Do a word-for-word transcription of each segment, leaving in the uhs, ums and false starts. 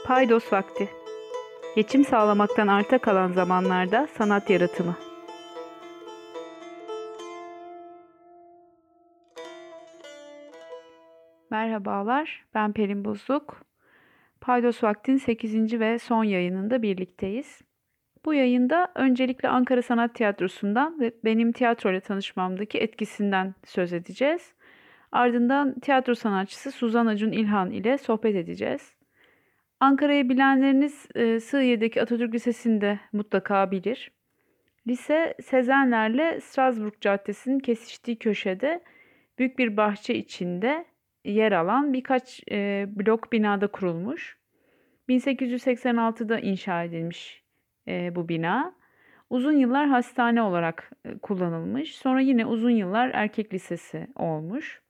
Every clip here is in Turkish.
Paydos vakti. Geçim sağlamaktan arta kalan zamanlarda sanat yaratımı. Merhabalar, ben Pelin Bozuk. Paydos Vakti'nin sekizinci ve son yayınında birlikteyiz. Bu yayında öncelikle Ankara Sanat Tiyatrosu'ndan ve benim tiyatroyla tanışmamdaki etkisinden söz edeceğiz. Ardından tiyatro sanatçısı Suzan Acun İlhan ile sohbet edeceğiz. Ankara'yı bilenleriniz e, Sığıye'deki Atatürk Lisesi'nde mutlaka bilir. Lise Sezenler'le Strasbourg Caddesi'nin kesiştiği köşede büyük bir bahçe içinde yer alan birkaç e, blok binada kurulmuş. bin sekiz yüz seksen altıda inşa edilmiş e, bu bina. Uzun yıllar hastane olarak e, kullanılmış. Sonra yine uzun yıllar erkek lisesi olmuş.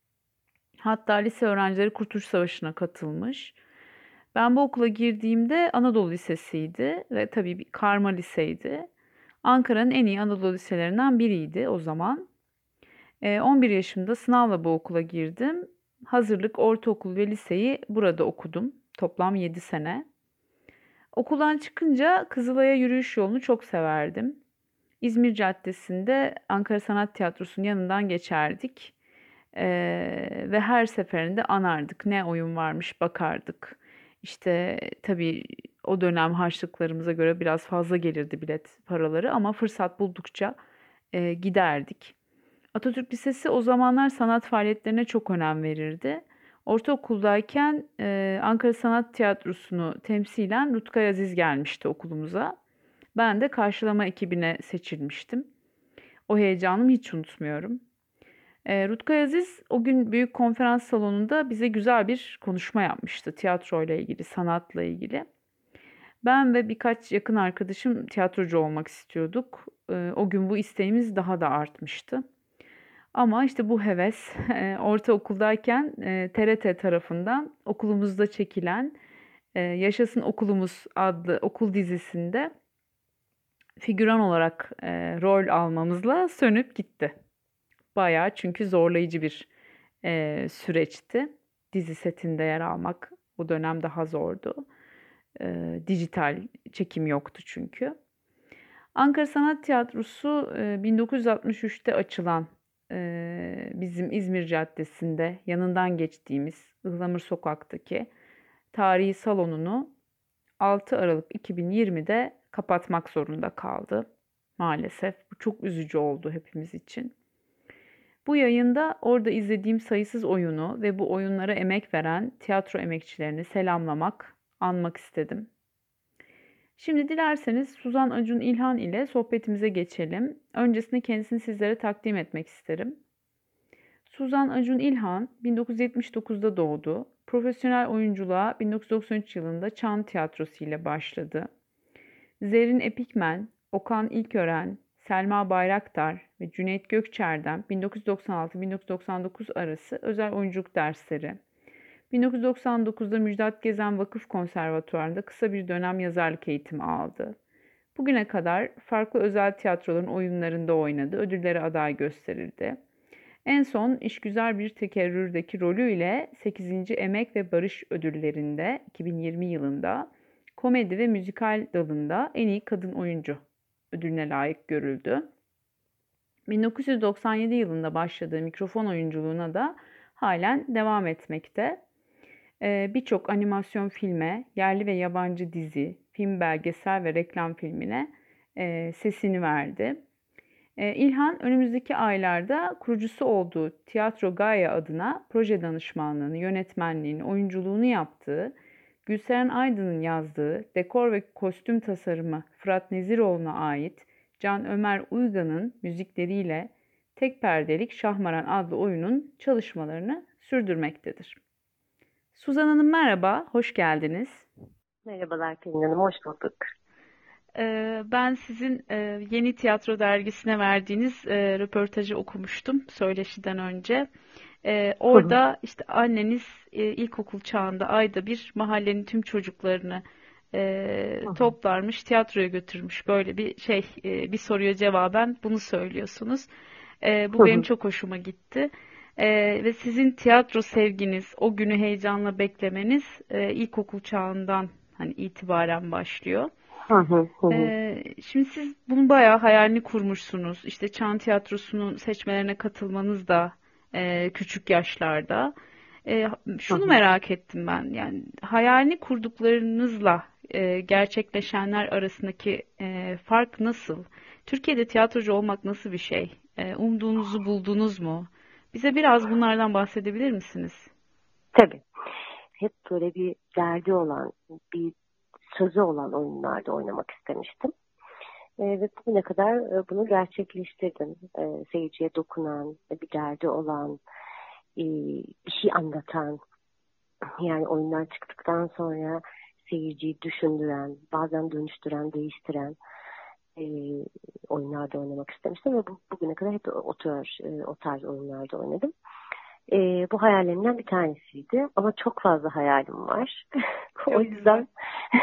Hatta lise öğrencileri Kurtuluş Savaşı'na katılmış. Ben bu okula girdiğimde Anadolu Lisesi'ydi ve tabii bir karma liseydi. Ankara'nın en iyi Anadolu liselerinden biriydi o zaman. E, on bir yaşımda sınavla bu okula girdim. Hazırlık, ortaokul ve liseyi burada okudum. Toplam yedi sene. Okuldan çıkınca Kızılay'a yürüyüş yolunu çok severdim. İzmir Caddesi'nde Ankara Sanat Tiyatrosu'nun yanından geçerdik. Ee, ve her seferinde anardık. Ne oyun varmış bakardık. İşte tabii o dönem harçlıklarımıza göre biraz fazla gelirdi bilet paraları ama fırsat buldukça e, giderdik. Atatürk Lisesi o zamanlar sanat faaliyetlerine çok önem verirdi. Ortaokuldayken e, Ankara Sanat Tiyatrosu'nu temsilen Rutkay Aziz gelmişti okulumuza. Ben de karşılama ekibine seçilmiştim. O heyecanımı hiç unutmuyorum. E, Rutkay Aziz o gün büyük konferans salonunda bize güzel bir konuşma yapmıştı. Tiyatroyla ilgili, sanatla ilgili. Ben ve birkaç yakın arkadaşım tiyatrocu olmak istiyorduk. E, o gün bu isteğimiz daha da artmıştı. Ama işte bu heves e, ortaokuldayken e, T R T tarafından okulumuzda çekilen e, Yaşasın Okulumuz adlı okul dizisinde figüran olarak e, rol almamızla sönüp gitti. Bayağı çünkü zorlayıcı bir e, süreçti. Dizi setinde yer almak o dönem daha zordu. E, dijital çekim yoktu çünkü. Ankara Sanat Tiyatrosu e, bin dokuz yüz altmış üçte açılan e, bizim İzmir Caddesi'nde yanından geçtiğimiz Ihlamur Sokak'taki tarihi salonunu altı Aralık iki bin yirmide kapatmak zorunda kaldı. Maalesef bu çok üzücü oldu hepimiz için. Bu yayında orada izlediğim sayısız oyunu ve bu oyunlara emek veren tiyatro emekçilerini selamlamak, anmak istedim. Şimdi dilerseniz Suzan Acun İlhan ile sohbetimize geçelim. Öncesinde kendisini sizlere takdim etmek isterim. Suzan Acun İlhan bin dokuz yüz yetmiş dokuzda doğdu. Profesyonel oyunculuğa bin dokuz yüz doksan üç yılında Çan Tiyatrosu ile başladı. Zerrin Epikmen, Okan İlkören, Selma Bayraktar ve Cüneyt Gökçer'den bin dokuz yüz doksan altı bin dokuz yüz doksan dokuz arası özel oyunculuk dersleri. bin dokuz yüz doksan dokuzda Müjdat Gezen Vakıf Konservatuvarı'nda kısa bir dönem yazarlık eğitimi aldı. Bugüne kadar farklı özel tiyatroların oyunlarında oynadı, ödüllere aday gösterildi. En son İşgüzar Bir Tekerrür'deki rolüyle sekizinci Emek ve Barış Ödülleri'nde iki bin yirmi yılında komedi ve müzikal dalında en iyi kadın oyuncu ödülüne layık görüldü. bin dokuz yüz doksan yedi yılında başladığı mikrofon oyunculuğuna da halen devam etmekte. Ee, Birçok animasyon filme, yerli ve yabancı dizi, film, belgesel ve reklam filmine e, sesini verdi. E, İlhan önümüzdeki aylarda kurucusu olduğu Tiyatro Gaia adına proje danışmanlığını, yönetmenliğini, oyunculuğunu yaptığı, Gülseren Aydın'ın yazdığı dekor ve kostüm tasarımı Fırat Neziroğlu'na ait Can Ömer Uygan'ın müzikleriyle Tek Perdelik Şahmaran adlı oyunun çalışmalarını sürdürmektedir. Suzan Hanım merhaba, hoş geldiniz. Merhabalar Pelin Hanım, hoş bulduk. Ee, Ben sizin e, Yeni Tiyatro dergisine verdiğiniz e, röportajı okumuştum söyleşiden önce. Ee, Orada işte anneniz e, ilkokul çağında ayda bir mahallenin tüm çocuklarını e, toplarmış, tiyatroya götürmüş. Böyle bir şey, e, bir soruya cevaben bunu söylüyorsunuz. E, Hı bu benim hı. çok hoşuma gitti. E, ve sizin tiyatro sevginiz, o günü heyecanla beklemeniz e, ilkokul çağından hani itibaren başlıyor. Hı hı. Hı hı. Ee, şimdi siz bunun bayağı hayalini kurmuşsunuz. İşte Çan Tiyatrosu'nun seçmelerine katılmanız da e, küçük yaşlarda. E, Hı şunu hı. merak ettim ben. Yani hayalini kurduklarınızla e, gerçekleşenler arasındaki e, fark nasıl? Türkiye'de tiyatrocu olmak nasıl bir şey? E, umduğunuzu buldunuz mu? Bize biraz bunlardan bahsedebilir misiniz? Tabii. Hep böyle bir derdi olan, bir sözü olan oyunlarda oynamak istemiştim. E, ve bugüne kadar e, bunu gerçekleştirdim. E, seyirciye dokunan, e, bir derdi olan, e, bir şey anlatan, yani oyundan çıktıktan sonra seyirciyi düşündüren, bazen dönüştüren, değiştiren e, oyunlarda oynamak istemiştim ve bu, bugüne kadar hep o, tür, e, o tarz oyunlarda oynadım. E, bu hayallerimden bir tanesiydi ama çok fazla hayalim var. O Çok güzel. yüzden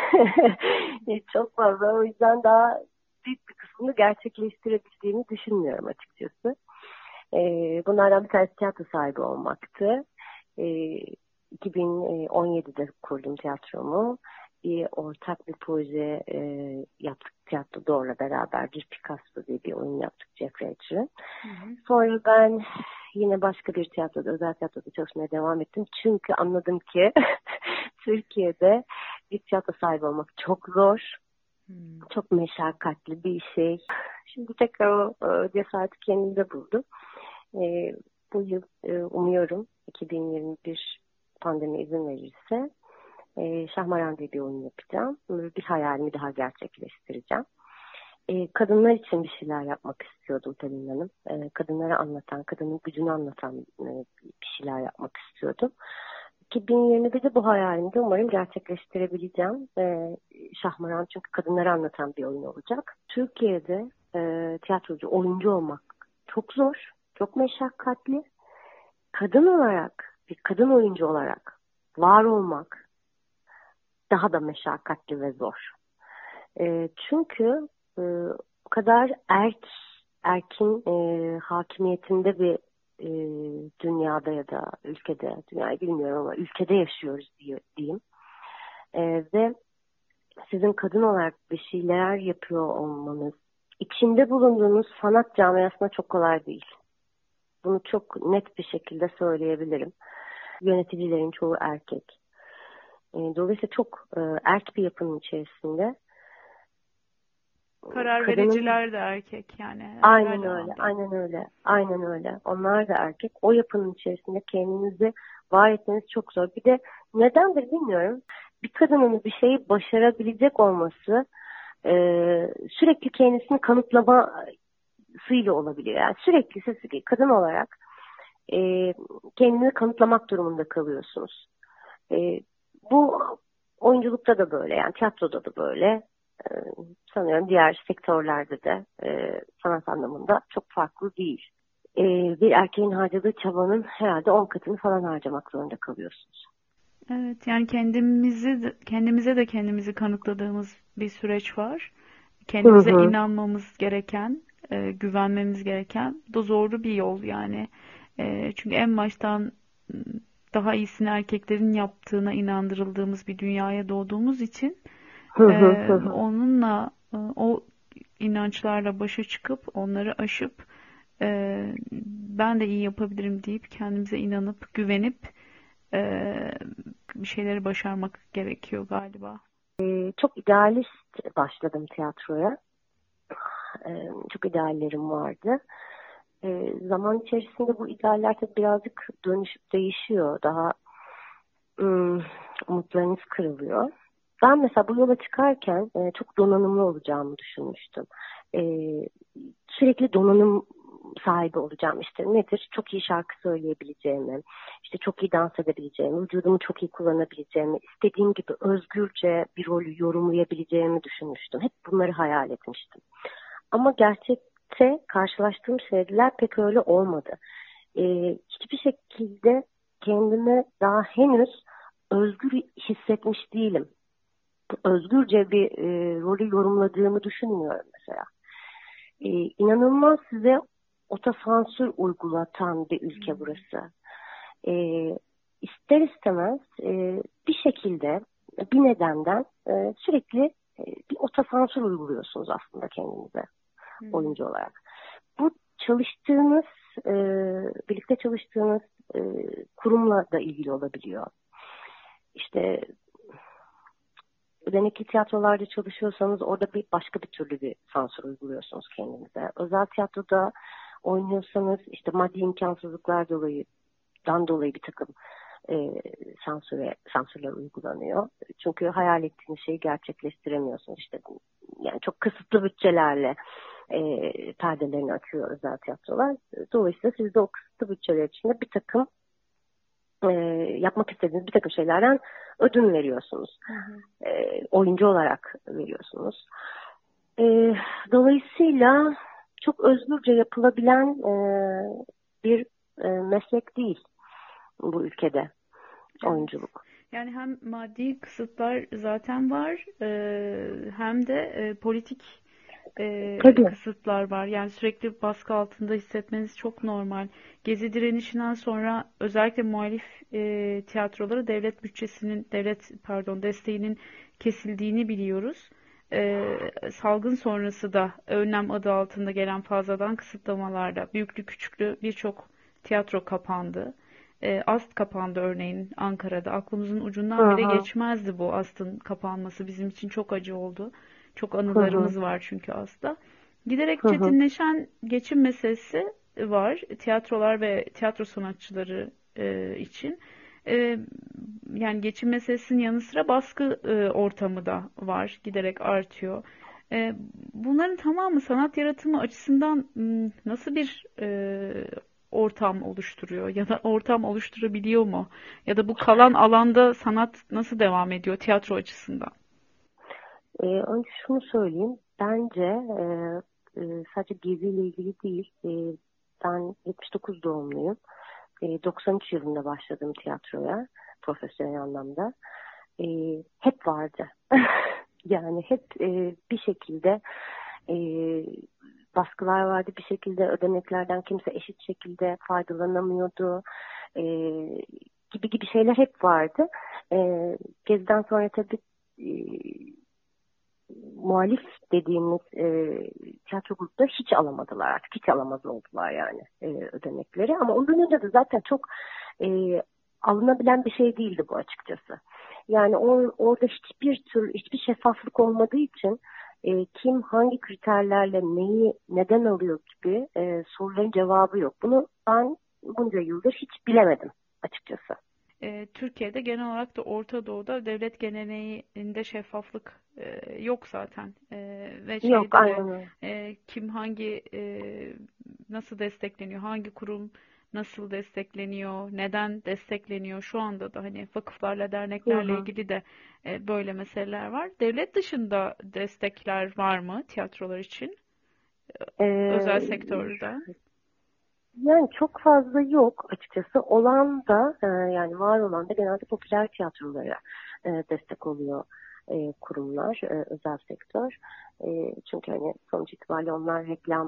çok fazla, o yüzden daha büyük bir kısmını gerçekleştirebildiğimi düşünmüyorum açıkçası. E, bunlardan bir tanesi tiyatro sahibi olmaktı. E, iki bin on yedide kurdum tiyatromu. Bir ortak bir proje e, yaptık Tiyatro Doğru'la beraber. Bir Picasso diye bir oyun yaptık Jeffrey Archer'ın. Hı hı. Sonra ben yine başka bir tiyatroda, özel tiyatroda çalışmaya devam ettim. Çünkü anladım ki Türkiye'de bir tiyatro sahibi olmak çok zor. Hmm. Çok meşakkatli bir şey. Şimdi tekrar o e, cesareti kendimde buldum. E, bu yıl e, umuyorum iki bin yirmi bir pandemi izin verirse e, Şahmaran diye bir oyun yapacağım. Bir hayalimi daha gerçekleştireceğim. E, kadınlar için bir şeyler yapmak istiyordum Pelin Hanım. E, kadınlara anlatan, kadının gücünü anlatan e, bir şeyler yapmak istiyordum. iki bin yirmi birde bu hayalimi de umarım gerçekleştirebileceğim. E, Şahmaran çünkü kadınları anlatan bir oyun olacak. Türkiye'de e, tiyatrocu, oyuncu olmak çok zor, çok meşakkatli. Kadın olarak, bir kadın oyuncu olarak var olmak daha da meşakkatli ve zor. E, çünkü e, o kadar erk, erkin e, hakimiyetinde bir e, dünyada ya da ülkede, dünyayı bilmiyorum ama ülkede yaşıyoruz diye, diyeyim. E, ve sizin kadın olarak bir şeyler yapıyor olmanız, içinde bulunduğunuz sanat camiasına çok kolay değil. Bunu çok net bir şekilde söyleyebilirim. Yöneticilerin çoğu erkek. E, dolayısıyla çok e, erk bir yapının içerisinde Karar kadının. vericiler de erkek yani Aynen herhalde öyle, ondan. aynen öyle, aynen öyle. Onlar da erkek. O yapının içerisinde kendinizi var etmeniz çok zor. Bir de nedendir bilmiyorum. Bir kadının bir şeyi başarabilecek olması e, sürekli kendisini kanıtlamasıyla olabiliyor. Yani sürekli siz bir kadın olarak e, kendini kanıtlamak durumunda kalıyorsunuz. E, bu oyunculukta da böyle, yani tiyatroda da böyle. Ee, sanıyorum diğer sektörlerde de e, sanat anlamında çok farklı değil. Ee, bir erkeğin harcadığı çabanın herhalde on katını falan harcamak zorunda kalıyorsunuz. Evet, yani kendimizi de- kendimize de kendimizi kanıtladığımız bir süreç var. Hı Kendimize hı. inanmamız gereken, e, güvenmemiz gereken, bu da zorlu bir yol yani. E, çünkü en baştan m, daha iyisini erkeklerin yaptığına inandırıldığımız bir dünyaya doğduğumuz için Hı hı e, hı hı. onunla e, o inançlarla başa çıkıp onları aşıp e, ben de iyi yapabilirim deyip kendimize inanıp güvenip e, bir şeyleri başarmak gerekiyor galiba. Ee, çok idealist başladım tiyatroya. Ee, çok ideallerim vardı. Ee, zaman içerisinde bu idealler tabii birazcık dönüşüp değişiyor. Daha ım, umutlarınız kırılıyor. Ben mesela bu yola çıkarken e, çok donanımlı olacağımı düşünmüştüm. E, sürekli donanım sahibi olacağım. İşte nedir? Çok iyi şarkı söyleyebileceğimi, işte çok iyi dans edebileceğimi, vücudumu çok iyi kullanabileceğimi, istediğim gibi özgürce bir rolü yorumlayabileceğimi düşünmüştüm. Hep bunları hayal etmiştim. Ama gerçekte karşılaştığım şeyler pek öyle olmadı. E, hiçbir şekilde kendimi daha henüz özgür hissetmiş değilim. Özgürce bir e, rolü yorumladığımı düşünmüyorum mesela. E, inanılmaz size otosansür uygulatan bir ülke burası. E, ister istemez e, bir şekilde, bir nedenden e, sürekli e, bir otosansür uyguluyorsunuz aslında kendinize hmm. oyuncu olarak. Bu çalıştığınız, e, birlikte çalıştığınız e, kurumla da ilgili olabiliyor. İşte ödenekli tiyatrolarda çalışıyorsanız orada bir başka bir türlü bir sansür uyguluyorsunuz kendinize. Özel tiyatroda oynuyorsanız işte maddi imkansızlıklar dolayıdan dolayı bir takım e, sansüre, sansürler uygulanıyor. Çünkü hayal ettiğiniz şeyi gerçekleştiremiyorsunuz. İşte yani çok kısıtlı bütçelerle e, perdelerini açıyor özel tiyatrolar. Dolayısıyla siz de o kısıtlı bütçeler içinde bir takım e, yapmak istediğiniz bir takım şeylerden ödün veriyorsunuz. Hı hı. E, oyuncu olarak veriyorsunuz. E, dolayısıyla çok özgürce yapılabilen e, bir e, meslek değil bu ülkede evet. oyunculuk. Yani hem maddi kısıtlar zaten var e, hem de e, politik e, kısıtlar var. Yani sürekli baskı altında hissetmeniz çok normal. Gezi direnişinden sonra özellikle muhalif e, tiyatrolara devlet bütçesinin, devlet pardon desteğinin kesildiğini biliyoruz. E, salgın sonrası da önlem adı altında gelen fazladan kısıtlamalarla büyüklü küçüklü birçok tiyatro kapandı. E, Ast kapandı örneğin Ankara'da. Aklımızın ucundan bile Aha. geçmezdi bu Ast'ın kapanması. Bizim için çok acı oldu. Çok anılarımız Hı-hı. var çünkü Ast'ta. Giderek Hı-hı. çetinleşen geçim meselesi var. Tiyatrolar ve tiyatro sanatçıları e, için. E, yani geçim meselesinin yanı sıra baskı e, ortamı da var. Giderek artıyor. E, bunların tamamı sanat yaratımı açısından m, nasıl bir e, ortam oluşturuyor ya da ortam oluşturabiliyor mu? Ya da bu kalan alanda sanat nasıl devam ediyor tiyatro açısından? Ee, önce şunu söyleyeyim. Bence e, e, sadece Gezi ile ilgili değil. E, ben yetmiş dokuz doğumluyum. E, doksan üç yılında başladım tiyatroya profesyonel anlamda. E, hep vardı. Yani hep e, bir şekilde e, baskılar vardı. Bir şekilde ödeneklerden kimse eşit şekilde faydalanamıyordu. E, gibi gibi şeyler hep vardı. E, Gezi'den sonra tabii e, muhalif dediğimiz e, tiyatro grupları hiç alamadılar artık. Hiç alamaz oldular yani e, ödenekleri. Ama ondan önce de zaten çok e, alınabilen bir şey değildi bu açıkçası. Yani or, orada hiçbir tür, hiçbir şeffaflık olmadığı için e, kim hangi kriterlerle neyi neden alıyor gibi e, soruların cevabı yok. Bunu ben bunca yıldır hiç bilemedim açıkçası. Türkiye'de genel olarak da Orta Doğu'da devlet geleneğinde şeffaflık e, yok zaten. E, ve şeyde yok, de e, kim hangi e, nasıl destekleniyor, hangi kurum nasıl destekleniyor, neden destekleniyor şu anda da hani vakıflarla, derneklerle Hı-hı. ilgili de e, böyle meseleler var. Devlet dışında destekler var mı tiyatrolar için? Ee, Özel sektörde. Yani çok fazla yok açıkçası. Olan da e, yani var olan da genelde popüler tiyatrolara e, destek oluyor e, kurumlar, e, özel sektör. E, çünkü hani sonuç itibariyle onlar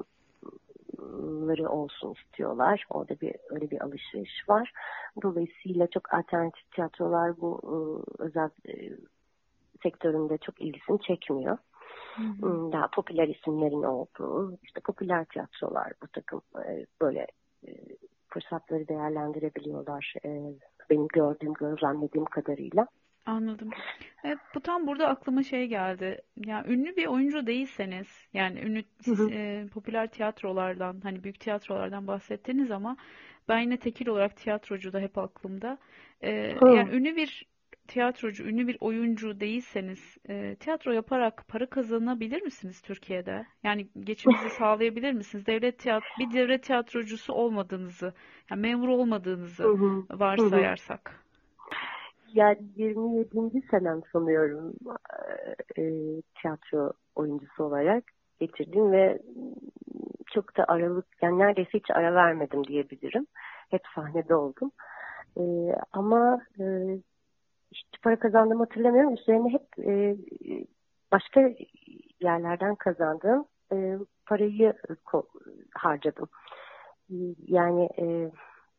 reklamları olsun istiyorlar. Orada bir öyle bir alışveriş var. Dolayısıyla çok alternatif tiyatrolar bu e, özel e, sektöründe çok ilgisini çekmiyor. Hı hı. Daha popüler isimlerin olduğu, işte popüler tiyatrolar bu takım e, böyle e, fırsatları değerlendirebiliyorlar. E, benim gördüğüm, gözlemlediğim kadarıyla. Anladım. Evet, bu tam burada aklıma şey geldi. Ya ünlü bir oyuncu değilseniz, yani ünlü siz, hı hı. E, popüler tiyatrolardan, hani büyük tiyatrolardan bahsettiniz ama ben yine tekil olarak tiyatrocu da hep aklımda. E, yani ünlü bir tiyatrocu, ünlü bir oyuncu değilseniz e, tiyatro yaparak para kazanabilir misiniz Türkiye'de? Yani geçiminizi sağlayabilir misiniz? Devlet tiyatro, bir devlet tiyatrocusu olmadığınızı, yani memur olmadığınızı hı hı. varsayarsak. Yani yirmi yedinci senem sanıyorum e, tiyatro oyuncusu olarak geçirdim ve çok da aralık, yani neredeyse hiç ara vermedim diyebilirim. Hep sahnede oldum. E, ama e, hiç para kazandığımı hatırlamıyorum. Üzerine hep e, başka yerlerden kazandığım e, parayı harcadım. Yani e,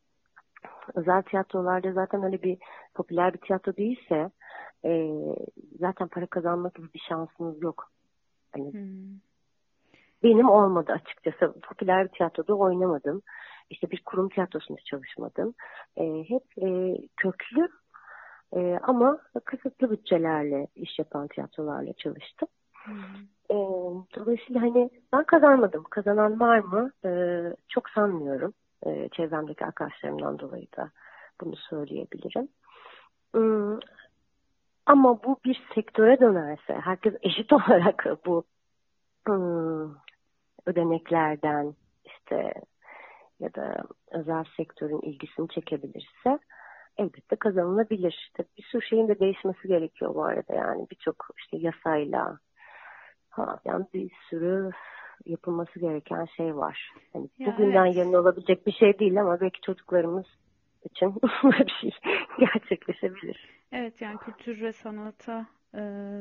özel tiyatrolarda zaten öyle bir popüler bir tiyatro değilse e, zaten para kazanmak gibi bir şansınız yok. Hani Hmm. benim olmadı açıkçası. Popüler bir tiyatroda oynamadım. İşte bir kurum tiyatrosunda çalışmadım. E, hep e, köklü e, ama kısıtlı bütçelerle iş yapan tiyatrolarla çalıştım. Hmm. E, Dolayısıyla hani ben kazanmadım. Kazanan var mı? E, çok sanmıyorum. E, çevremdeki arkadaşlarımdan dolayı da bunu söyleyebilirim. Hmm, Ama bu bir sektöre dönerse, herkes eşit olarak bu hmm, ödeneklerden işte ya da özel sektörün ilgisini çekebilirse elbette kazanılabilir. Tabii bir sürü şeyin de değişmesi gerekiyor bu arada, yani birçok işte yasayla ha, yani bir sürü yapılması gereken şey var. Yani Ya bugünden evet. yarın olabilecek bir şey değil ama belki çocuklarımız için böyle bir şey gerçekleşebilir. Evet, yani kültür ve sanata e,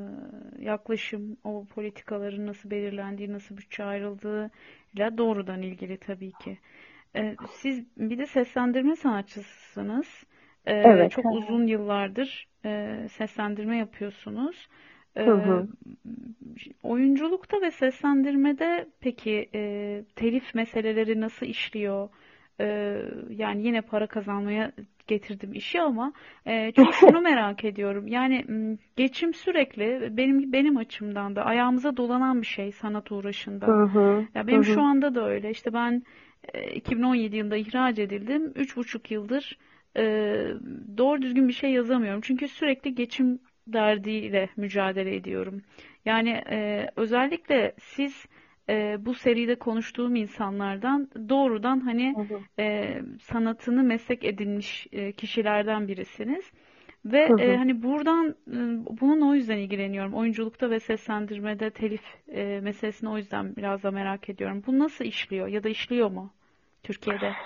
yaklaşım, o politikaların nasıl belirlendiği, nasıl bütçe ayrıldığı ile doğrudan ilgili tabii ki. E, siz bir de seslendirme sanatçısınız. E, Evet. çok uzun yıllardır e, seslendirme yapıyorsunuz. Hı E, hı. Oyunculukta ve seslendirmede peki e, telif meseleleri nasıl işliyor? E, Yani yine para kazanmaya getirdim işi ama e, çünkü şunu merak ediyorum. Yani m, geçim sürekli benim benim açımdan da ayağımıza dolanan bir şey sanat Hı uğraşında. hı. Ya Hı benim şu hı. anda da öyle. İşte ben e, iki bin on yedi yılında ihraç edildim. Üç buçuk yıldır e, doğru düzgün bir şey yazamıyorum. Çünkü sürekli geçim derdiyle mücadele ediyorum. Yani e, özellikle siz e, bu seride konuştuğum insanlardan doğrudan hani Hı hı. e, sanatını meslek edinmiş e, kişilerden birisiniz. Ve Hı e, hı. hani buradan e, bunun o yüzden ilgileniyorum. Oyunculukta ve seslendirmede telif e, meselesini o yüzden biraz da merak ediyorum. Bu nasıl işliyor ya da işliyor mu Türkiye'de?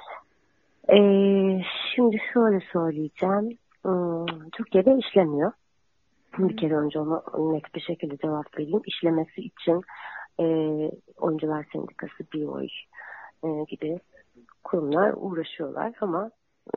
Ee, Şimdi şöyle söyleyeceğim. Hmm, Türkiye'de işlemiyor. Bir Hı kere önce ona net bir şekilde cevap vereyim. İşlemesi için e, Oyuncular Sendikası, B O İ e, gibi kurumlar uğraşıyorlar ama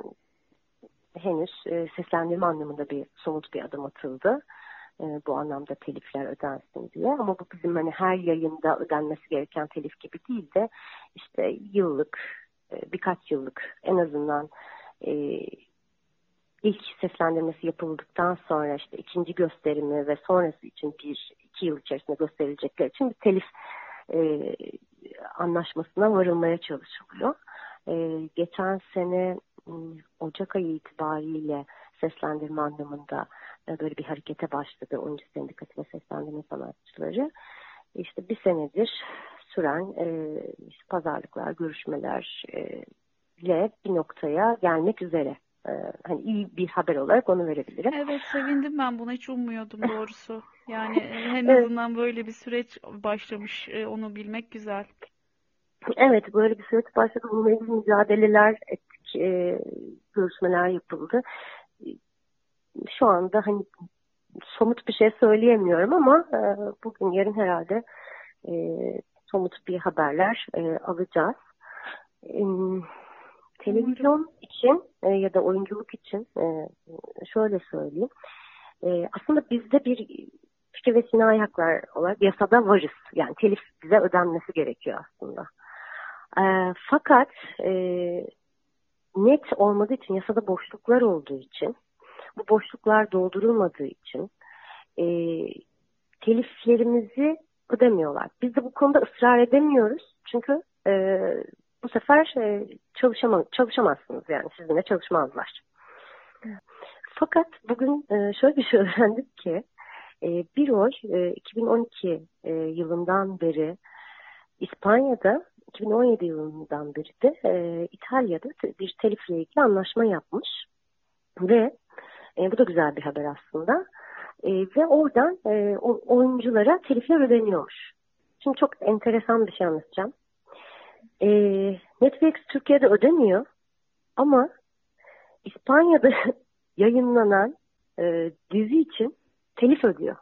henüz e, seslendirme anlamında bir somut bir adım atıldı. E, bu anlamda telifler ödensin diye. Ama bu bizim hani her yayında ödenmesi gereken telif gibi değil de işte yıllık, e, birkaç yıllık en azından e, ilk seslendirmesi yapıldıktan sonra işte ikinci gösterimi ve sonrası için bir iki yıl içerisinde gösterilecekler için bir telif e, anlaşmasına varılmaya çalışılıyor. E, geçen sene m, Ocak ayı itibariyle seslendirme anlamında e, böyle bir harekete başladı Oyuncu Sendikası ve Seslendirme Sanatçıları. İşte bir senedir süren e, işte pazarlıklar, görüşmeler e, ile bir noktaya gelmek üzere. Ee, hani iyi bir haber olarak onu verebilirim. Evet, sevindim, ben buna hiç ummuyordum doğrusu. Yani e, en Evet, azından böyle bir süreç başlamış, e, onu bilmek güzel. evet böyle bir süreç başladı. Bununla ilgili mücadeleler ettik, e, görüşmeler yapıldı. Şu anda hani somut bir şey söyleyemiyorum ama e, bugün yarın herhalde e, somut bir haberler e, alacağız. E, Umarım. Televizyon için e, ya da oyunculuk için e, şöyle söyleyeyim. E, aslında bizde bir fikir ve sinayi haklar olarak yasada varız. Yani telif bize ödenmesi gerekiyor aslında. E, fakat e, net olmadığı için, yasada boşluklar olduğu için, bu boşluklar doldurulmadığı için e, teliflerimizi ödemiyorlar. Biz de bu konuda ısrar edemiyoruz. Çünkü e, bu sefer e, çalışama, çalışamazsınız, yani sizinle çalışmazlar. Fakat bugün e, şöyle bir şey öğrendik ki e, bir oy e, iki bin on iki e, yılından beri İspanya'da, iki bin on yedi yılından beri de e, İtalya'da bir telifle ilgili anlaşma yapmış ve e, bu da güzel bir haber aslında. E, ve oradan e, o, oyunculara telifler ödeniyormuş. Şimdi çok enteresan bir şey anlatacağım. E, Netflix Türkiye'de ödemiyor ama İspanya'da yayınlanan e, dizi için telif ödüyor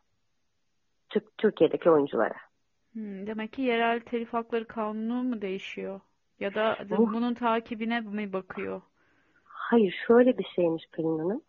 Türk, Türkiye'deki oyunculara. Hmm, demek ki yerel telif hakları kanunu mu değişiyor? Ya da Bu, bunun takibine mi bakıyor? hayır, şöyle bir şeymiş Pelin Hanım.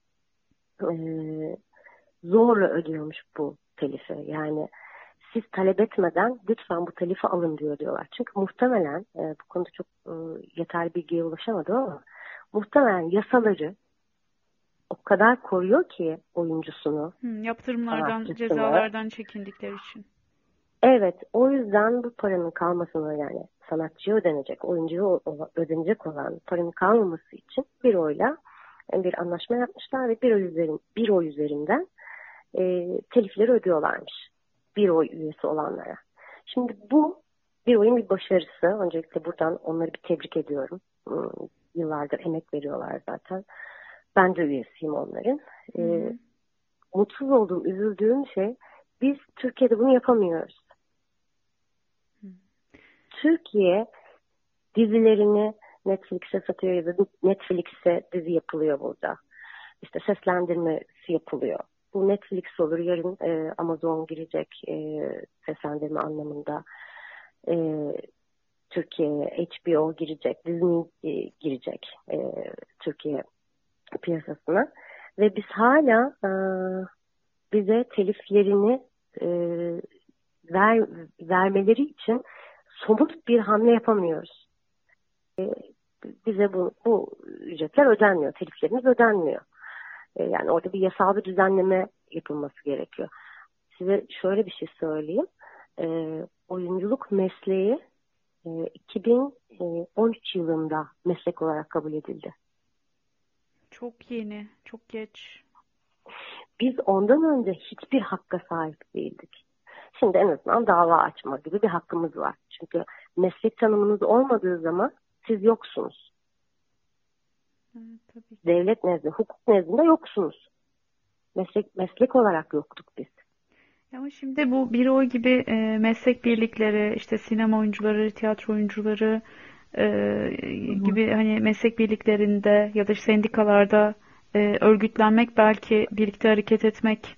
Ee, zorla ödüyormuş bu telifi. Yani siz talep etmeden lütfen bu telifi alın diyor diyorlar. Çünkü muhtemelen e, bu konuda çok e, yeterli bilgiye ulaşamadım ama muhtemelen yasaları o kadar koruyor ki oyuncusunu, Hmm, yaptırımlardan, sanatçısını. cezalardan çekindikleri için. Evet, o yüzden bu paranın kalmasına, yani sanatçıya ödenecek, oyuncuya o- ödenecek olan paranın kalmaması için bir oyla bir anlaşma yapmışlar ve bir oy, üzerin, bir oy üzerinden e, telifleri ödüyorlarmış. Bir oy üyesi olanlara. Şimdi bu bir oyun bir başarısı. Öncelikle buradan onları bir tebrik ediyorum. Hmm, Yıllardır emek veriyorlar zaten. Ben de üyesiyim onların. Hı E, hı. mutsuz olduğum, üzüldüğüm şey, biz Türkiye'de bunu yapamıyoruz. Hı. Türkiye dizilerini Netflix'e satıyor ya da Netflix'e dizi yapılıyor burada. İşte seslendirmesi yapılıyor. Bu Netflix olur, yarın e, Amazon girecek e, seslendirme anlamında. E, Türkiye'ye H B O girecek, Disney e, girecek e, Türkiye piyasasına. Ve biz hala e, bize teliflerini e, ver, vermeleri için somut bir hamle yapamıyoruz. E, bize bu, bu ücretler ödenmiyor, teliflerimiz ödenmiyor. E, yani orada bir yasal bir düzenleme yapılması gerekiyor. Size şöyle bir şey söyleyeyim. E, oyunculuk mesleği e, iki bin on üç yılında meslek olarak kabul edildi. Çok yeni, çok geç. Biz ondan önce hiçbir hakka sahip değildik. Şimdi en azından dava açma gibi bir hakkımız var. Çünkü meslek tanımınız olmadığı zaman siz yoksunuz. Evet, tabii ki. Devlet nezdinde, hukuk nezdinde yoksunuz. Meslek, meslek olarak yoktuk biz. Ama şimdi bu bir o gibi e, meslek birlikleri, işte sinema oyuncuları, tiyatro oyuncuları e, Hı hı. gibi hani meslek birliklerinde ya da sendikalarda e, örgütlenmek, belki birlikte hareket etmek,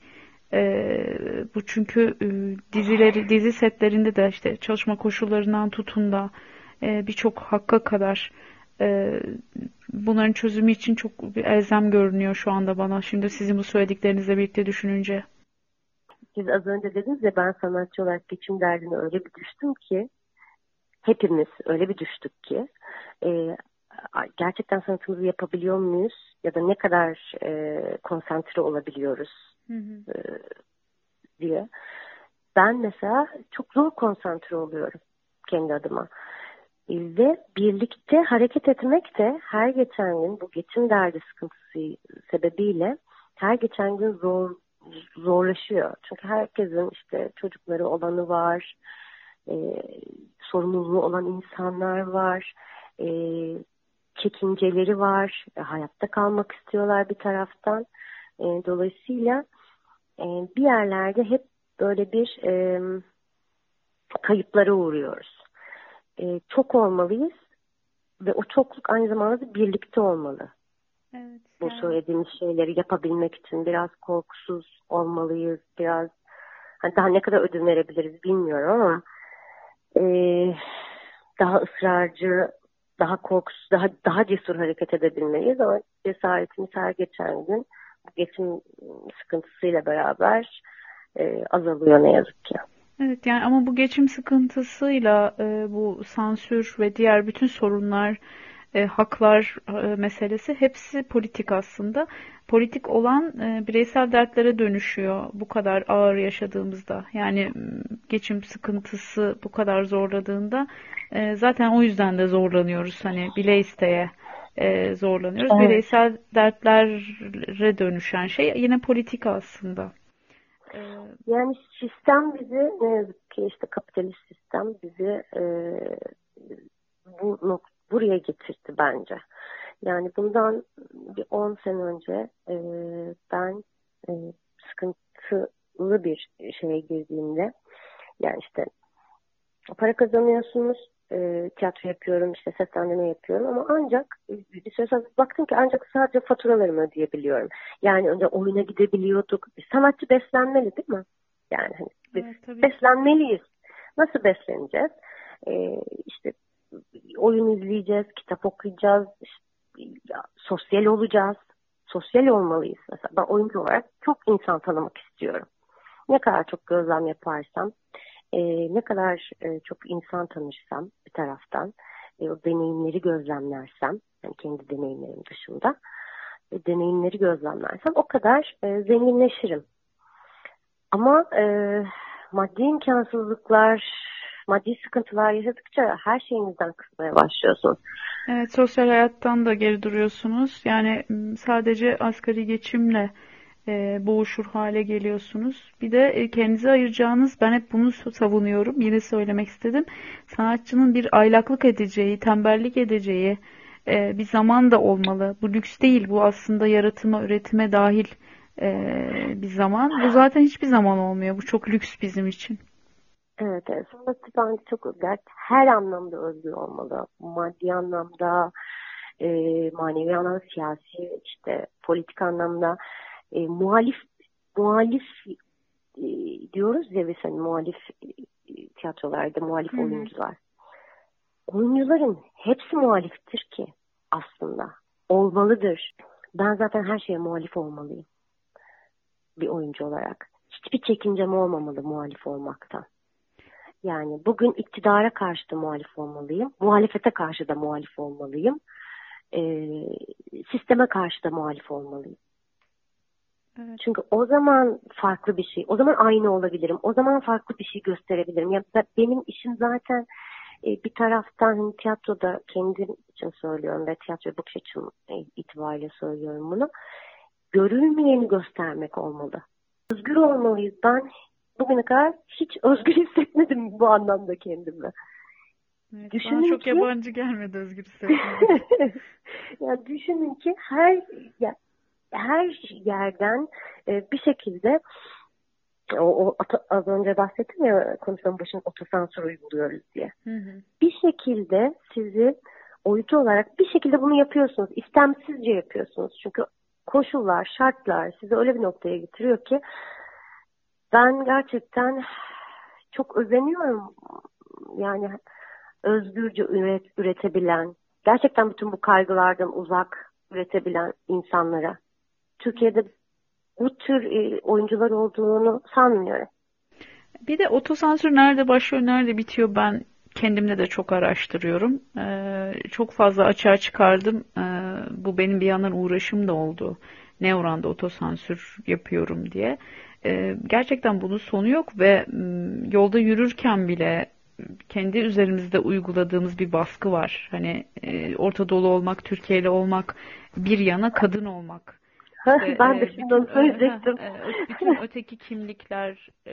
e, bu çünkü e, dizileri dizi setlerinde de işte çalışma koşullarından tutun da e, birçok hakka kadar e, bunların çözümü için çok bir elzem görünüyor şu anda bana. Şimdi sizin bu söylediklerinizle birlikte düşününce. Siz az önce dediniz ya, ben sanatçı olarak geçim derdine öyle bir düştüm ki, hepimiz öyle bir düştük ki e, gerçekten sanatımızı yapabiliyor muyuz ya da ne kadar e, konsantre olabiliyoruz Hı hı. e, diye. Ben mesela çok zor konsantre oluyorum kendi adıma. E, ve birlikte hareket etmek de her geçen gün bu geçim derdi sıkıntısı sebebiyle her geçen gün zor zorlaşıyor. Çünkü herkesin işte çocukları olanı var, e, sorumluluğu olan insanlar var, e, çekinceleri var, e, hayatta kalmak istiyorlar bir taraftan. E, dolayısıyla e, bir yerlerde hep böyle bir e, kayıplara uğruyoruz. E, çok olmalıyız ve o çokluk aynı zamanda birlikte olmalı. Evet, Bu yani söylediğimiz şeyleri yapabilmek için biraz korkusuz olmalıyız, biraz hani daha ne kadar ödün verebiliriz bilmiyorum ama e, daha ısrarcı, daha korkusuz, daha daha cesur hareket edebilmeliyiz ama cesaretimiz her geçen gün bu geçim sıkıntısıyla beraber e, azalıyor ne yazık ki. evet, yani ama bu geçim sıkıntısıyla e, bu sansür ve diğer bütün sorunlar, e, haklar e, meselesi hepsi politik aslında. Politik olan e, bireysel dertlere dönüşüyor bu kadar ağır yaşadığımızda. Yani m, geçim sıkıntısı bu kadar zorladığında e, zaten o yüzden de zorlanıyoruz. Hani bile isteye e, zorlanıyoruz. Evet. Bireysel dertlere dönüşen şey yine politik aslında. E, Yani sistem bizi, ne yazık ki işte kapitalist sistem bizi e, bu nok- buraya getirdi bence. Yani bundan bir on sene önce e, ben e, sıkıntılı bir şeye girdiğimde, yani işte para kazanıyorsunuz, e, tiyatro yapıyorum, işte seslendirme yapıyorum ama ancak bir süre sonra baktım ki ancak sadece faturalarımı ödeyebiliyorum. Yani önce oyuna gidebiliyorduk. Sanatçı beslenmeli değil mi? Yani hani biz evet, tabii ki. beslenmeliyiz. Nasıl besleneceğiz? E, işte oyun izleyeceğiz, kitap okuyacağız, işte, ya, sosyal olacağız. Sosyal olmalıyız. Mesela ben oyuncu olarak çok insan tanımak istiyorum. Ne kadar çok gözlem yaparsam, e, ne kadar e, çok insan tanırsam bir taraftan, e, o deneyimleri gözlemlersem, yani kendi deneyimlerim dışında, e, deneyimleri gözlemlersem o kadar e, zenginleşirim. Ama e, maddi imkansızlıklar, maddi sıkıntılar yaşadıkça her şeyinizden kısmaya başlıyorsunuz. Evet, sosyal hayattan da geri duruyorsunuz. Yani m, sadece asgari geçimle e, boğuşur hale geliyorsunuz. Bir de e, kendinize ayıracağınız, ben hep bunu savunuyorum, yine söylemek istedim. Sanatçının bir aylaklık edeceği, tembellik edeceği e, bir zaman da olmalı. Bu lüks değil, bu aslında yaratıma, üretime dahil e, bir zaman. Bu zaten hiçbir zaman olmuyor. Bu çok lüks bizim için. Evet, evet. Sanatçı bence çok dert. Her anlamda özgür olmalı. Maddi anlamda, e, manevi anlamda, siyasi, işte politik anlamda e, muhalif muhalif e, diyoruz ya biz hani muhalif e, tiyatrolarda muhalif Hı hı. oyuncular. Oyuncuların hepsi muhaliftir ki aslında. Olmalıdır. Ben zaten her şeye muhalif olmalıyım bir oyuncu olarak. Hiçbir çekincem olmamalı muhalif olmaktan. Yani bugün iktidara karşı da muhalif olmalıyım. Muhalefete karşı da muhalif olmalıyım. Ee, sisteme karşı da muhalif olmalıyım. Evet. Çünkü o zaman farklı bir şey. O zaman aynı olabilirim. O zaman farklı bir şey gösterebilirim. Yani benim işim zaten e, bir taraftan hani tiyatroda kendim için söylüyorum ve tiyatro bakış açım e, itibariyle söylüyorum bunu. Görülmeyeni göstermek olmalı. Özgür olmalıyız. Ben bugüne kadar hiç özgür hissetmedim bu anlamda kendimi. Evet, bana Düşünün çok ki yabancı gelmedi özgür hissetmek. yani düşünün ki her ya, her yerden e, bir şekilde o, o ata- az önce bahsettim ya konuşmanın başında otosansür uyguluyoruz diye. Hı hı. Bir şekilde sizi oyuncu olarak bir şekilde bunu yapıyorsunuz. İstemsizce yapıyorsunuz. Çünkü koşullar, şartlar sizi öyle bir noktaya getiriyor ki ben gerçekten çok özeniyorum. Yani özgürce üret, üretebilen, gerçekten bütün bu kaygılardan uzak üretebilen insanlara. Türkiye'de bu tür e, oyuncular olduğunu sanmıyorum. Bir de otosansür nerede başlıyor, nerede bitiyor, ben kendimde de çok araştırıyorum. Ee, çok fazla açığa çıkardım. Ee, bu benim bir yandan uğraşım da oldu. Ne oranda otosansür yapıyorum diye. Ee, gerçekten bunun sonu yok ve m, yolda yürürken bile kendi üzerimizde uyguladığımız bir baskı var. Hani e, Orta Doğulu olmak, Türkiye'li olmak, bir yana kadın olmak. İşte Ben de e, şimdi onu bütün ö- heh, söyleyecektim. e, ö- bütün öteki kimlikler e,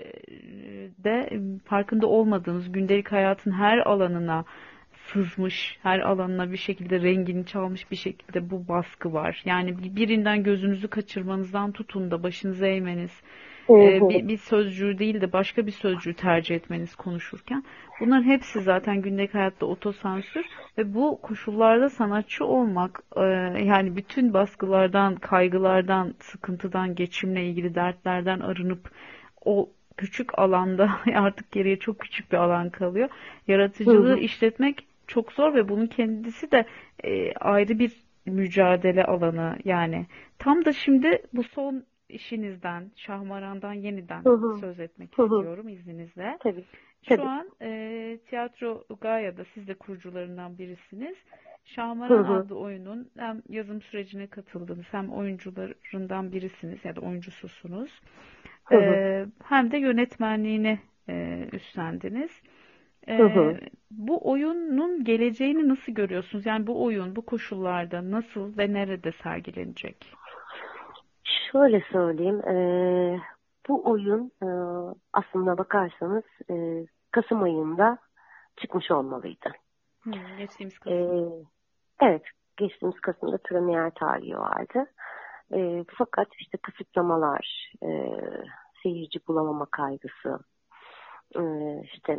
de farkında olmadığınız gündelik hayatın her alanına sızmış, her alanına bir şekilde rengini çalmış bir şekilde bu baskı var. Yani bir- birinden gözünüzü kaçırmanızdan tutun da başınızı eğmeniz, Hı e, hı, bir, bir sözcüğü değil de başka bir sözcüğü tercih etmeniz konuşurken. Bunların hepsi zaten gündelik hayatta otosansür ve bu koşullarda sanatçı olmak, e, yani bütün baskılardan, kaygılardan, sıkıntıdan, geçimle ilgili dertlerden arınıp o küçük alanda artık geriye çok küçük bir alan kalıyor. hı Yaratıcılığı hı, işletmek çok zor ve bunun kendisi de e, ayrı bir mücadele alanı. Yani tam da şimdi bu son işinizden, Şahmaran'dan yeniden hı hı, söz etmek hı hı. istiyorum izninizle. Tabii, Şu tabii. an e, Tiyatro Gaya'da siz de kurucularından birisiniz. Hı Şahmaran hı, adlı oyunun hem yazım sürecine katıldınız hem oyuncularından birisiniz ya da oyuncususunuz. hı hı, E, hem de yönetmenliğini e, üstlendiniz. hı E, hı. bu oyunun geleceğini nasıl görüyorsunuz? Yani bu oyun bu koşullarda nasıl ve nerede sergilenecek? Şöyle söyleyeyim, e, bu oyun e, aslında bakarsanız e, Kasım ayında çıkmış olmalıydı. Hmm, geçtiğimiz E, Kasım. evet, geçtiğimiz Kasım'da premier tarihi vardı. E, fakat işte kısıtlamalar, e, seyirci bulamama kaygısı, e, işte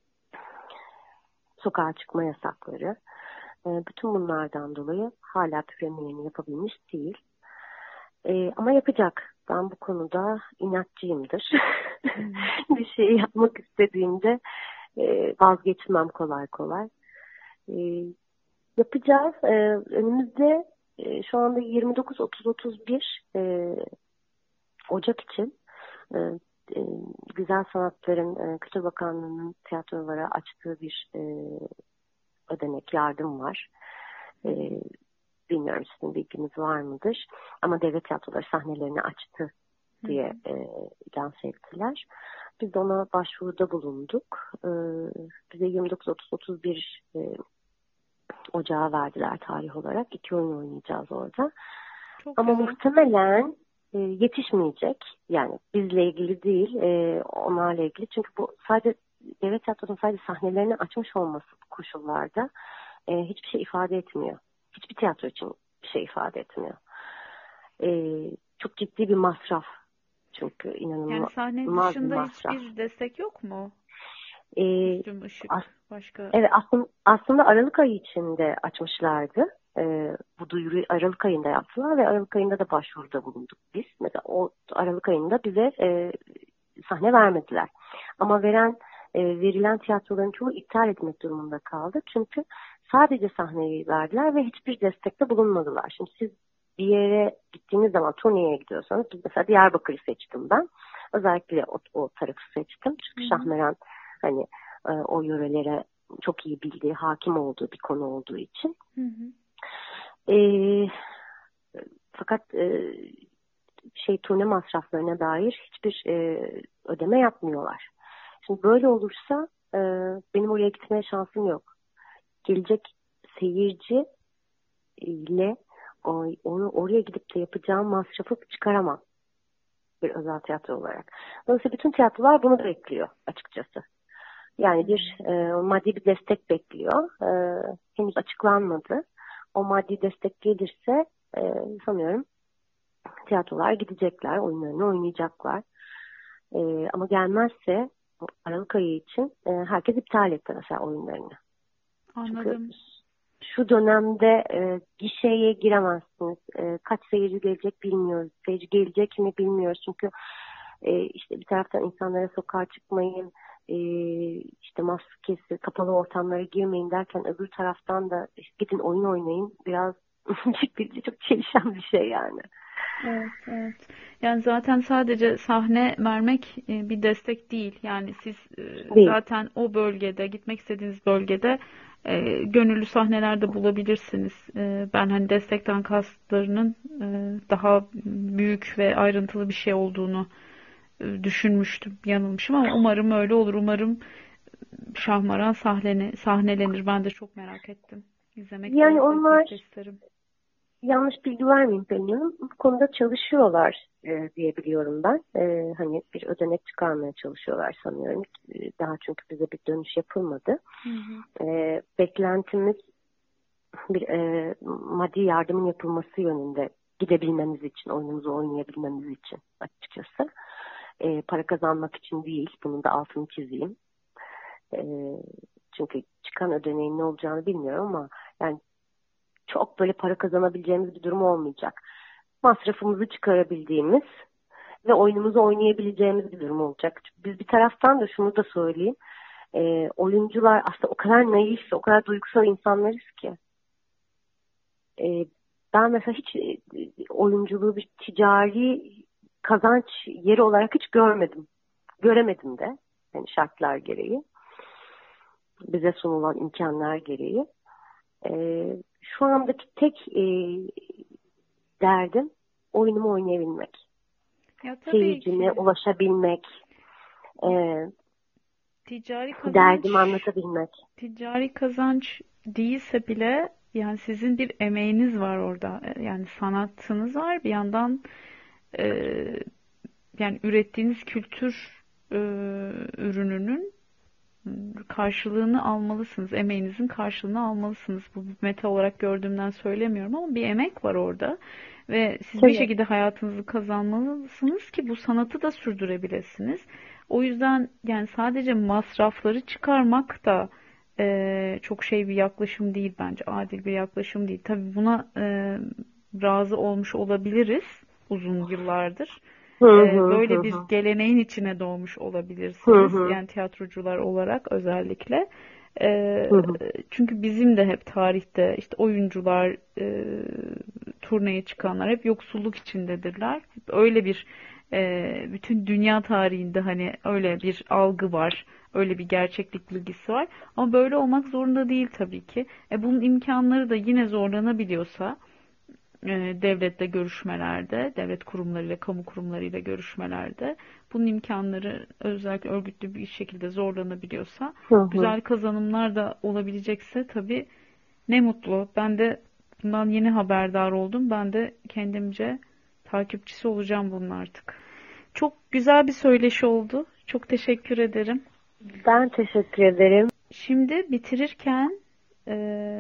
sokağa çıkma yasakları, e, bütün bunlardan dolayı hala premierini yapabilmiş değil. E, ama yapacak. Ben bu konuda inatçıyımdır. Hmm. Bir şey yapmak istediğimde e, vazgeçmem kolay kolay. E, yapacağız. E, önümüzde e, şu anda yirmi dokuz otuz otuz bir e, Ocak için e, e, Güzel Sanatların e, Kültür Bakanlığı'nın tiyatrolara açtığı bir e, ödenek yardım var. E, bilmiyorum sizin bilginiz var mıdır? Ama devlet tiyatroları sahnelerini açtı diye e, lanse ettiler. Biz de ona başvuruda bulunduk. E, bize yirmi dokuz otuz otuz bir e, Ocağı verdiler tarih olarak. İki oyun oynayacağız orada. Çok Ama güzel. muhtemelen e, yetişmeyecek. Yani bizle ilgili değil, e, onlarla ilgili. Çünkü bu sadece devlet tiyatrosunun sadece sahnelerini açmış olması bu koşullarda e, hiçbir şey ifade etmiyor. Hiçbir tiyatro için bir şey ifade etmiyor. E, çok ciddi bir masraf. Çünkü Yani inanılmaz sahne bir dışında masraf. hiçbir destek yok mu? E, Kostüm, ışık, as- başka. evet aslında, aslında Aralık ayı içinde açmışlardı. E, bu duyuruyu Aralık ayında yaptılar ve Aralık ayında da başvuruda bulunduk biz. Mesela o Aralık ayında bize e, sahne vermediler. Ama veren e, verilen tiyatroların çoğu iptal etmek durumunda kaldı. Çünkü sadece sahneyi verdiler ve hiçbir destekte bulunmadılar. Şimdi siz bir yere gittiğiniz zaman turneye gidiyorsanız, mesela Diyarbakır'ı seçtim ben. Özellikle o, o tarafı seçtim. Çünkü Şahmeran hani e, o yörelere çok iyi bildiği, hakim olduğu bir konu olduğu için. Hı hı. E, fakat e, şey turne masraflarına dair hiçbir e, ödeme yapmıyorlar. Şimdi böyle olursa e, benim oraya gitmeye şansım yok. Gelecek seyirci ile o- onu oraya gidip de yapacağım masrafı çıkaramam bir özel tiyatro olarak. Dolayısıyla bütün tiyatrolar bunu bekliyor açıkçası. Yani bir e, maddi bir destek bekliyor. E, henüz açıklanmadı. O maddi destek gelirse e, sanıyorum tiyatrolar gidecekler, oyunlarını oynayacaklar. E, ama gelmezse Aralık ayı için e, herkes iptal etti mesela oyunlarını. Çünkü Anladım. şu dönemde e, gişeye giremezsiniz. E, kaç seyirci gelecek bilmiyoruz. Seyirci gelecek mi bilmiyoruz. Çünkü e, işte bir taraftan insanlara sokağa çıkmayın, e, işte maskesi, kapalı ortamlara girmeyin derken öbür taraftan da işte gidin oyun oynayın. Biraz çok çelişen bir şey yani. Evet, evet. Yani zaten sadece sahne vermek e, bir destek değil. Yani siz e, Değil. zaten o bölgede, gitmek istediğiniz bölgede e, gönüllü sahnelerde bulabilirsiniz. E, ben hani destekten kastlarının e, daha büyük ve ayrıntılı bir şey olduğunu e, düşünmüştüm. Yanılmışım ama umarım öyle olur. Umarım Şahmaran sahnene, sahnelenir. Ben de çok merak ettim. İzlemek de Yani izlemek de onlar isterim. yanlış bilgi vermeyeyim Pelin Hanım. Bu konuda çalışıyorlar e, diye biliyorum ben. E, hani bir ödenek çıkarmaya çalışıyorlar sanıyorum. E, daha çünkü bize bir dönüş yapılmadı. Hı hı. E, beklentimiz bir e, maddi yardımın yapılması yönünde gidebilmemiz için, oyunumuzu oynayabilmemiz için açıkçası. E, para kazanmak için değil. Bunun da altını çizeyim. E, çünkü çıkan ödeneğin ne olacağını bilmiyorum ama yani çok böyle para kazanabileceğimiz bir durum olmayacak. Masrafımızı çıkarabildiğimiz ve oyunumuzu oynayabileceğimiz bir durum olacak. Biz bir taraftan da şunu da söyleyeyim. E, oyuncular aslında o kadar naif ve o kadar duygusal insanlarız ki. E, ben mesela hiç e, oyunculuğu bir ticari kazanç yeri olarak hiç görmedim. Göremedim de. Yani şartlar gereği. Bize sunulan imkanlar gereği. E, şu andaki tek e, derdim oyunumu oynayabilmek. Ya tabii Seyircime ki ulaşabilmek. E, ticari kazanç derdimi anlatabilmek. ticari kazanç değilse bile yani sizin bir emeğiniz var orada. Yani sanatınız var. Bir yandan e, yani ürettiğiniz kültür e, ürününün karşılığını almalısınız. Emeğinizin karşılığını almalısınız. Bu bir meta olarak gördüğümden söylemiyorum ama bir emek var orada. Ve siz bir Tabii. şekilde hayatınızı kazanmalısınız ki bu sanatı da sürdürebilirsiniz. O yüzden yani sadece masrafları çıkarmak da e, çok şey bir yaklaşım değil bence. Adil bir yaklaşım değil. Tabii buna e, razı olmuş olabiliriz uzun yıllardır. Hı E, hı hı böyle bir hı. geleneğin içine doğmuş Hı olabilirsiniz. hı. Yani tiyatrocular olarak özellikle. Ee, Hı hı. çünkü bizim de hep tarihte işte oyuncular, e, turneye çıkanlar hep yoksulluk içindedirler. Hep öyle bir e, bütün dünya tarihinde hani öyle bir algı var. Öyle bir gerçeklik bilgisi var. Ama böyle olmak zorunda değil tabii ki. E, bunun imkanları da yine zorlanabiliyorsa e, devletle görüşmelerde, devlet kurumlarıyla, kamu kurumlarıyla görüşmelerde bunun imkanları özellikle örgütlü bir şekilde zorlanabiliyorsa, Hı hı. güzel kazanımlar da olabilecekse tabii ne mutlu. Ben de bundan yeni haberdar oldum. Ben de kendimce takipçisi olacağım bunun artık. Çok güzel bir söyleşi oldu. Çok teşekkür ederim. Ben teşekkür ederim. Şimdi bitirirken e,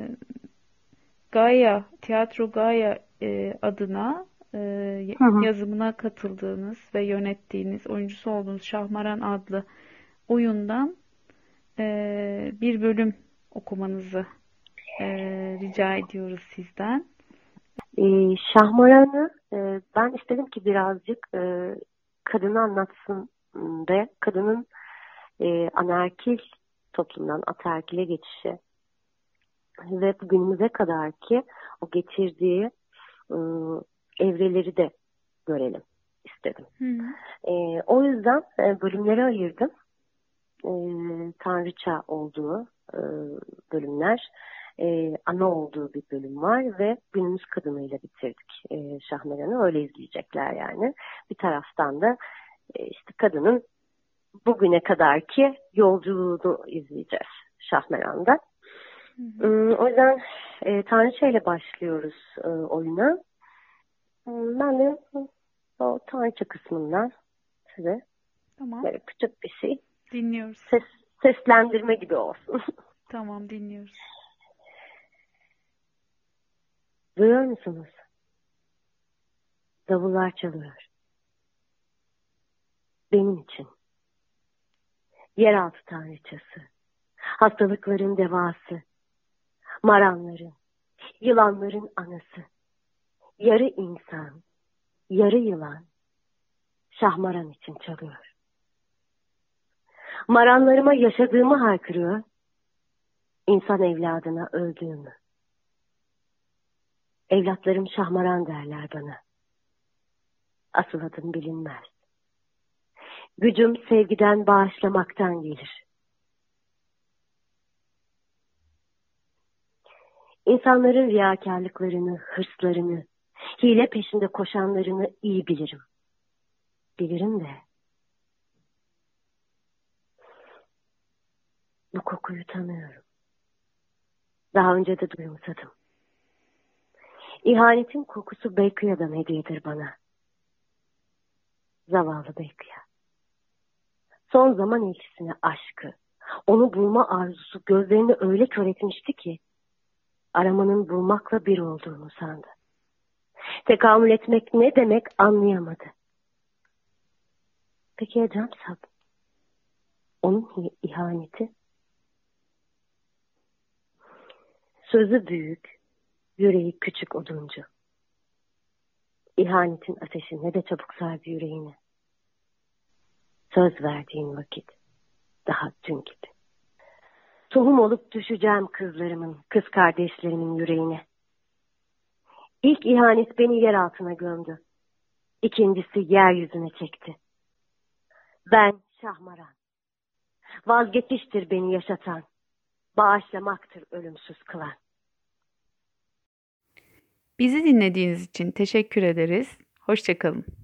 Gaia, Tiyatro Gaia e, adına e, Hı hı. yazımına katıldığınız ve yönettiğiniz, oyuncusu olduğunuz Şahmaran adlı oyundan e, bir bölüm okumanızı e, rica ediyoruz sizden. Ee, Şahmaran'ı e, ben istedim ki birazcık e, kadını anlatsın ve kadının e, anaerkil toplumdan ataerkile geçişi ve bugünümüze kadar ki o getirdiği e, evreleri de görelim istedim. Hı hı. E, o yüzden e, bölümlere ayırdım. E, Tanrıça olduğu e, bölümler, e, ana olduğu bir bölüm var ve günümüz kadınıyla bitirdik e, Şahmeran'ı. Öyle izleyecekler yani. Bir taraftan da e, işte kadının bugüne kadarki yolculuğunu izleyeceğiz Şahmeran'da. Hı hı. Hmm, O yüzden e, Tanrıça ile başlıyoruz e, oyuna. Hmm, Ben de o Tanrıça kısmından size Tamam. böyle küçük bir şey Dinliyoruz. ses, seslendirme gibi olsun. Tamam, dinliyoruz. Duyuyor musunuz? Davullar çalıyor. Benim için. Yeraltı tanrıçası. Hastalıkların devası. Maranların, yılanların anası. Yarı insan, yarı yılan. Şahmaran için çalıyor. Maranlarıma yaşadığımı haykırıyor. İnsan evladına öldüğümü. Evlatlarım Şahmaran derler bana. Asıl adım bilinmez. Gücüm sevgiden bağışlamaktan gelir. İnsanların riyakarlıklarını, hırslarını, hile peşinde koşanlarını iyi bilirim. Bilirim de bu kokuyu tanıyorum. Daha önce de duyumsadım. İhanetin kokusu Beykıya'dan hediyedir bana. Zavallı Beykıya. Son zaman elçisine aşkı, onu bulma arzusu gözlerini öyle kör etmişti ki aramanın bulmakla bir olduğunu sandı. Tekamül etmek ne demek anlayamadı. Peki ya Camsap? Onun ihaneti? Sözü büyük, yüreği küçük oduncu. İhanetin ateşi ne de çabuk sardı yüreğini. Söz verdiğin vakit daha dün gibi. Tohum olup düşeceğim kızlarımın, kız kardeşlerimin yüreğine. İlk ihanet beni yer altına gömdü. İkincisi yeryüzüne çekti. Ben Şahmaran. Vazgeçiştir beni yaşatan. Bağışlamaktır ölümsüz kılan. Bizi dinlediğiniz için teşekkür ederiz. Hoşça kalın.